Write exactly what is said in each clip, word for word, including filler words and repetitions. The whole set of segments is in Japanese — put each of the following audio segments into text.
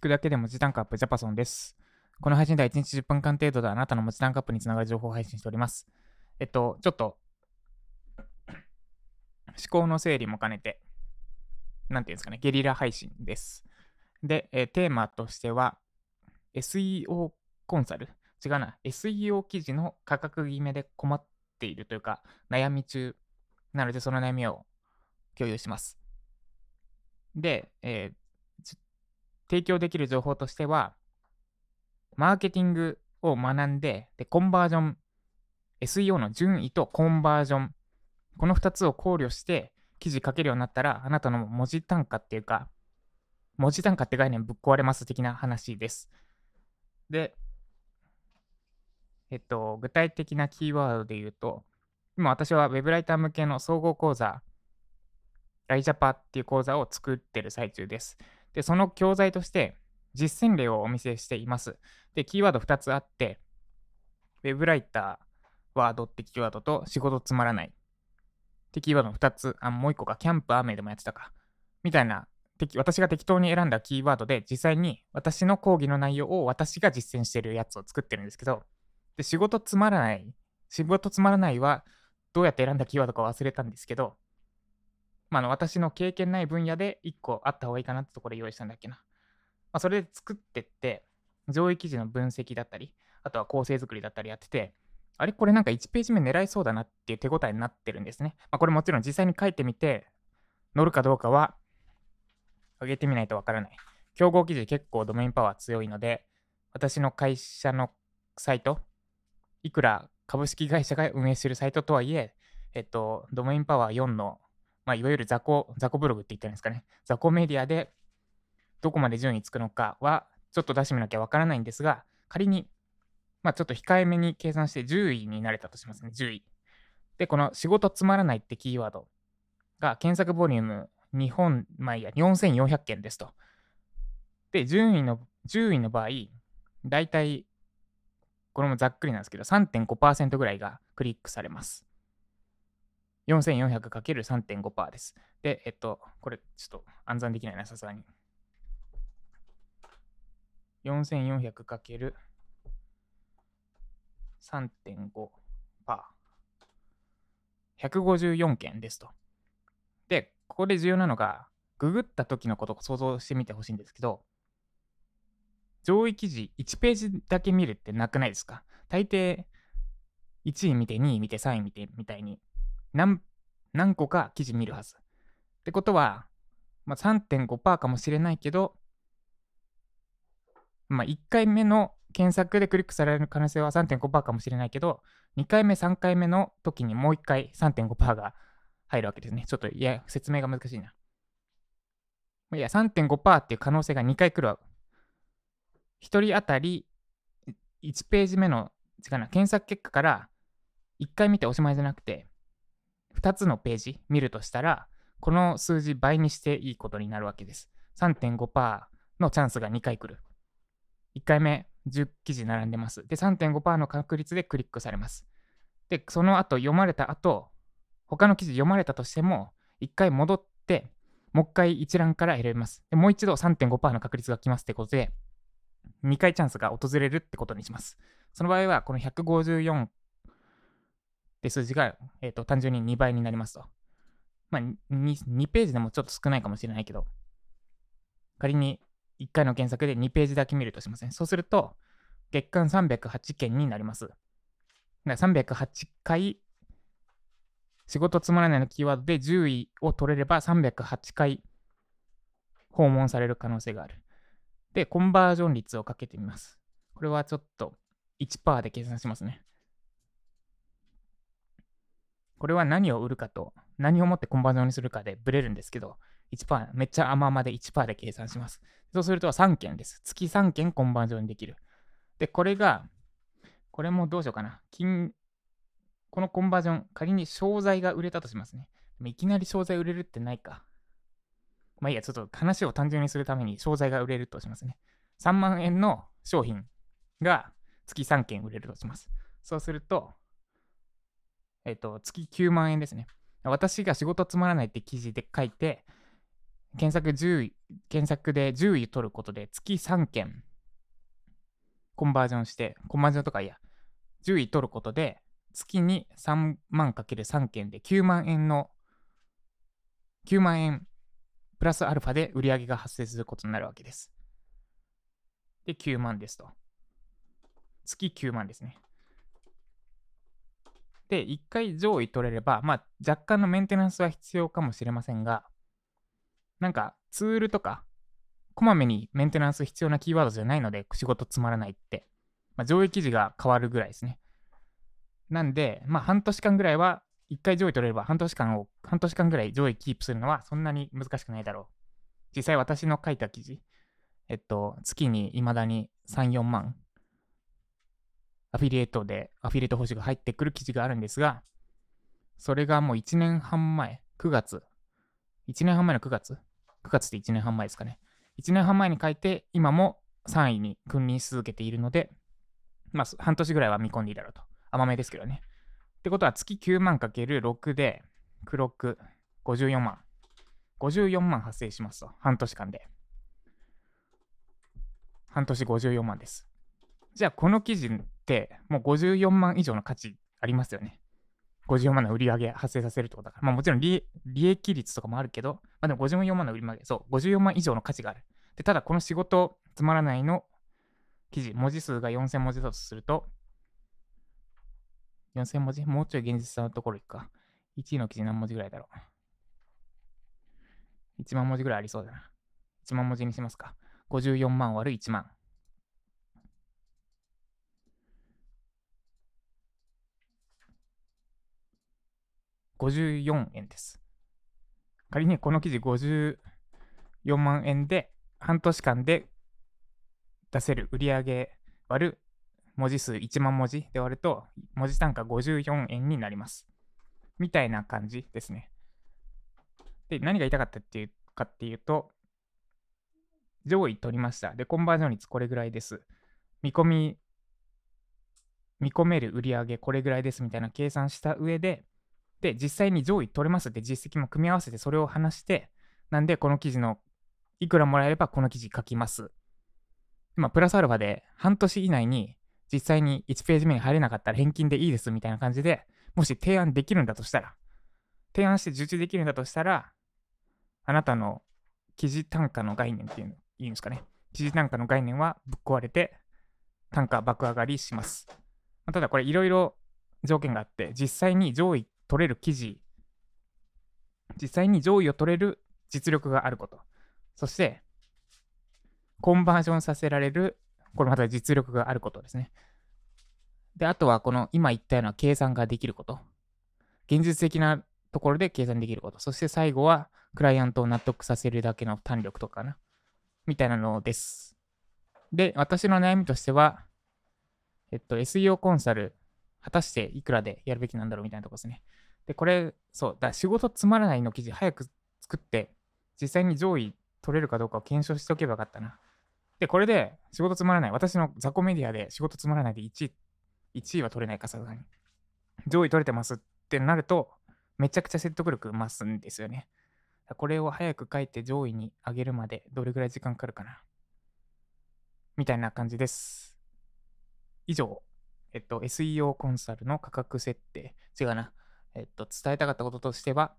くだけで文字単価アップジャパソンです。この配信ではいちにちじゅっぷんかん程度であなたの文字単価アップにつながる情報を配信しております。えっと、ちょっと思考の整理も兼ねて、なんていうんですかね、ゲリラ配信です。で、えーテーマとしては、エスイーオー コンサル違うな、エスイーオー 記事の価格決めで困っているというか、悩み中なので、その悩みを共有します。で、えー提供できる情報としては、マーケティングを学んで、で、コンバージョン、エスイーオー の順位とコンバージョン、このふたつを考慮して記事書けるようになったら、あなたの文字単価っていうか、文字単価って概念ぶっ壊れます的な話です。で、えっと、具体的なキーワードで言うと、今私は Web ライター向けの総合講座、ライジャパっていう講座を作ってる最中です。で、その教材として実践例をお見せしています。で、キーワードふたつあって、Web ライターワードってキーワードと仕事つまらないってキーワードのふたつ、あ、もういっこか、キャンプ雨でもやってたか。みたいな、私が適当に選んだキーワードで、実際に私の講義の内容を私が実践しているやつを作ってるんですけど、で、仕事つまらない、仕事つまらないは、どうやって選んだキーワードか忘れたんですけど、まあ、あの私の経験ない分野でいっこあった方がいいかなってところで用意したんだっけな。まあ、それで作ってって、上位記事の分析だったり、あとは構成作りだったりやってて、あれこれなんかいちページ目狙いそうだなっていう手応えになってるんですね。まあ、これもちろん実際に書いてみて、乗るかどうかは上げてみないとわからない。競合記事結構ドメインパワー強いので、私の会社のサイト、いくら株式会社が運営しているサイトとはいえ、えっと、ドメインパワーよんの、まあ、いわゆる雑魚、雑魚ブログって言ったらいいんですかね。雑魚メディアでどこまで順位つくのかは、ちょっと出してみなきゃわからないんですが、仮に、まあ、ちょっと控えめに計算してじゅういになれたとしますね。じゅうい。で、この仕事つまらないってキーワードが検索ボリューム日本、まあいいや、よんせんよんひゃくけんですと。で、順位の、じゅういの場合、だいたい、これもざっくりなんですけど、さんてんごパーセント ぐらいがクリックされます。よんせんよんひゃくかけるさんてんごパーセント です。で、えっと、これちょっと暗算できないな、さすがに。よんせんよんひゃくかけるさんてんごパーセント。ひゃくごじゅうよんけんですと。で、ここで重要なのが、ググった時のことを想像してみてほしいんですけど、上位記事いちページだけ見るってなくないですか？大抵いちい見てにい見てさんい見てみたいに何何個か記事見るはず。ってことは、まあ、さんてんごパーセント かもしれないけど、まあ、いっかいめの検索でクリックされる可能性は さんてんごパーセント かもしれないけど、にかいめ、さんかいめの時にもういっかい さんてんごパーセント が入るわけですね。ちょっといや説明が難しいな。いや さんてんごパーセント っていう可能性がにかい来るわ。ひとり当たりいちページ目の違うな検索結果からいっかい見ておしまいじゃなくて、ふたつのページ見るとしたら、この数字倍にしていいことになるわけです。さんてんごパーセント のチャンスがにかい来る。いっかいめ、じゅう記事並んでます。で、さんてんごパーセント の確率でクリックされます。で、その後読まれた後、他の記事読まれたとしても、いっかい戻って、もういっかい一覧から選びます。でもう一度 さんてんごパーセント の確率が来ますってことで、にかいチャンスが訪れるってことにします。その場合は、このひゃくごじゅうよんって数字が、えーと、単純ににばいになりますと。まあ2、にページでもちょっと少ないかもしれないけど、仮にいっかいの検索でにページだけ見るとしますね。そうすると、月間さんびゃくはちけんになります。さんびゃくはちかい、仕事つまらないのキーワードでじゅういを取れればさんびゃくはちかい訪問される可能性がある。で、コンバージョン率をかけてみます。これはちょっと いちパーセント で計算しますね。これは何を売るかと、何をもってコンバージョンにするかでブレるんですけど、いちパーセント、めっちゃ甘々で いちパーセント で計算します。そうするとさんけんです。月さんけんコンバージョンできる。で、これが、これもどうしようかな。金、このコンバージョン、仮に商材が売れたとしますね。でもいきなり商材売れるってないか。まあいいや、ちょっと話を単純にするために商材が売れるとしますね。さんまんえんの商品が月さんけん売れるとします。そうすると、えっと、月きゅうまんえんですね。私が仕事つまらないって記事で書いて、 検索じゅうい、検索でじゅうい取ることで月さんけんコンバージョンして、コンバージョンとかいや、じゅうい取ることで月にさんまんかけるさんけんできゅうまんえんの、きゅうまんえんプラスアルファで売り上げが発生することになるわけです。で、きゅうまんですと。月きゅうまんですね。で、いっかい上位取れれば、まあ、若干のメンテナンスは必要かもしれませんが、なんかツールとか、こまめにメンテナンス必要なキーワードじゃないので、仕事つまらないって。まあ、上位記事が変わるぐらいですね。なんで、まあ、半年間ぐらいは、いっかい上位取れれば半年間を、半年間ぐらい上位キープするのはそんなに難しくないだろう。実際私の書いた記事、えっと、月に未だにさん、よんまん、アフィリエイトで、アフィリエイト報酬が入ってくる記事があるんですが、それがもういちねんはん前、くがつ、いちねんはん前のくがつ、くがつっていちねんはん前ですかね。いちねんはん前に書いて、今もさんいに君臨し続けているので、まあ、半年ぐらいは見込んでいいだろうと。甘めですけどね。ってことは月きゅうまんかけるろくで、くろく、ごじゅうよんまん。ごじゅうよんまん発生しますと。半年間で。半年ごじゅうよんまんです。じゃあこの記事ってもうごじゅうよんまん以上の価値ありますよね。ごじゅうよんまんの売り上げ発生させるってことだから。まあもちろん利益率とかもあるけど、まあでもごじゅうよんまんの売り上げ、そう、ごじゅうよんまん以上の価値がある。で、ただこの仕事つまらないの記事、文字数がよんせんもじだとすると、よんせんもじもうちょい現実なところいくか。いちいの記事何文字ぐらいだろう。いちまん文字ぐらいありそうだな。いちまん文字にしますか。ごじゅうよんまん割るいちまん。ごじゅうよんえんです。仮にこの記事ごじゅうよんまんえんで半年間で出せる売上割る文字数いちまん文字で割ると文字単価ごじゅうよんえんになります。みたいな感じですね。で、何が言いたかったっていうかっていうと、上位取りました。で、コンバージョン率これぐらいです。見込み、見込める売上これぐらいですみたいな計算した上で、で、実際に上位取れますって実績も組み合わせてそれを話して、なんでこの記事のいくらもらえればこの記事書きます。まあ、プラスアルファで半年以内に実際にいちページ目に入れなかったら返金でいいですみたいな感じで、もし提案できるんだとしたら、提案して受注できるんだとしたら、あなたの記事単価の概念っていうの、いいんですかね。記事単価の概念はぶっ壊れて、単価爆上がりします。まあ、ただこれいろいろ条件があって、実際に上位取れる記事、実際に上位を取れる実力があること。そして、コンバージョンさせられる、これまた実力があることですね。で、あとはこの今言ったような計算ができること。現実的なところで計算できること。そして最後は、クライアントを納得させるだけの胆力とかな。みたいなのです。で、私の悩みとしては、えっと、エスイーオー コンサル、果たしていくらでやるべきなんだろうみたいなところですね。で、これ、そう、だ仕事つまらないの記事早く作って、実際に上位取れるかどうかを検証しておけばよかったな。で、これで仕事つまらない。私の雑魚メディアで仕事つまらないでいちい、いちいは取れないか、さすがに。上位取れてますってなると、めちゃくちゃ説得力増すんですよね。これを早く書いて上位に上げるまでどれぐらい時間かかるかな。みたいな感じです。以上、えっと、エスイーオー コンサルの価格設定。違うな。えっと、伝えたかったこととしては、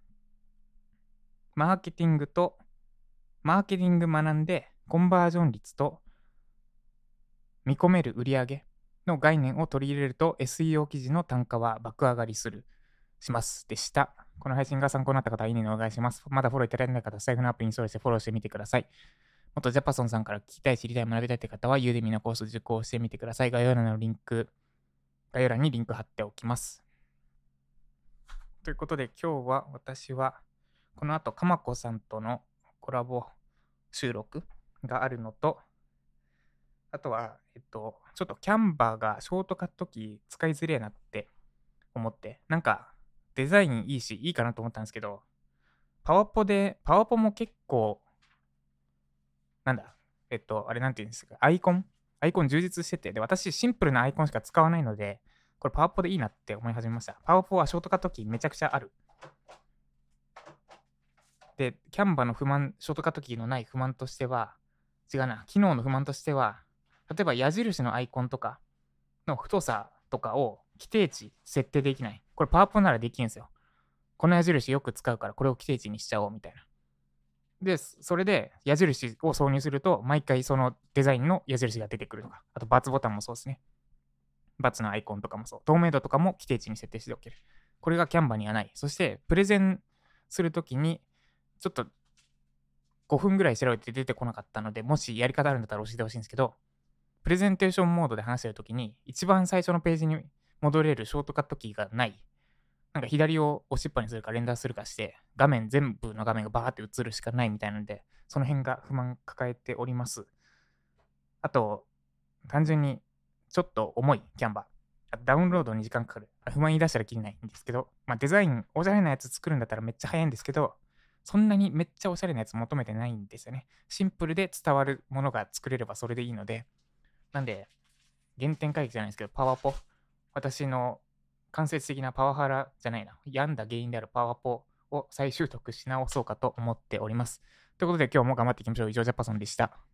マーケティングと、マーケティング学んで、コンバージョン率と、見込める売上の概念を取り入れると エスイーオー 記事の単価は爆上がりする、します。でした。この配信が参考になった方は、いいねお願いします。まだフォローいただいてない方は、財布のアプリインストールしてフォローしてみてください。もっとジャパソンさんから聞きたい、知りたい、学びたいって方は、ユーデミのコース受講してみてください。概要欄のリンク、概要欄にリンク貼っておきます。ということで、今日は私は、この後、かまこさんとのコラボ収録があるのと、あとは、えっと、ちょっとキャンバーがショートカットキー使いづれえなって思って、なんかデザインいいし、いいかなと思ったんですけど、パワポで、パワポも結構、なんだ、えっと、あれなんていうんですか、アイコンアイコン充実してて、で、私シンプルなアイコンしか使わないので、これパワポでいいなって思い始めました。パワポはショートカットキーめちゃくちゃある。 で、キャンバの不満、ショートカットキーのない不満としては、違うな、機能の不満としては、例えば矢印のアイコンとかの太さとかを規定値設定できない。これパワポならできるんですよ。この矢印よく使うからこれを規定値にしちゃおうみたいな。で、それで矢印を挿入すると、毎回そのデザインの矢印が出てくるとか、あと×ボタンもそうですね。×のアイコンとかもそう。透明度とかも規定値に設定しておける。これがキャンバにはない。そして、プレゼンするときに、ちょっとごふんぐらい調べて出てこなかったので、もしやり方あるんだったら教えてほしいんですけど、プレゼンテーションモードで話してるときに、一番最初のページに戻れるショートカットキーがない。なんか左を押しっぱにするか連打するかして、画面全部の画面がバーって映るしかないみたいなので、その辺が不満抱えております。あと、単純にちょっと重いキャンバー。ダウンロードに時間かかる。不満言い出したらきりないんですけど、まあ、デザイン、おしゃれなやつ作るんだったらめっちゃ早いんですけど、そんなにめっちゃおしゃれなやつ求めてないんですよね。シンプルで伝わるものが作れればそれでいいので、なんで、原点回帰じゃないですけど、パワポ、私の間接的なパワハラじゃないな、病んだ原因であるパワポを再習得し直そうかと思っております。ということで今日も頑張っていきましょう。以上、ジャパソンでした。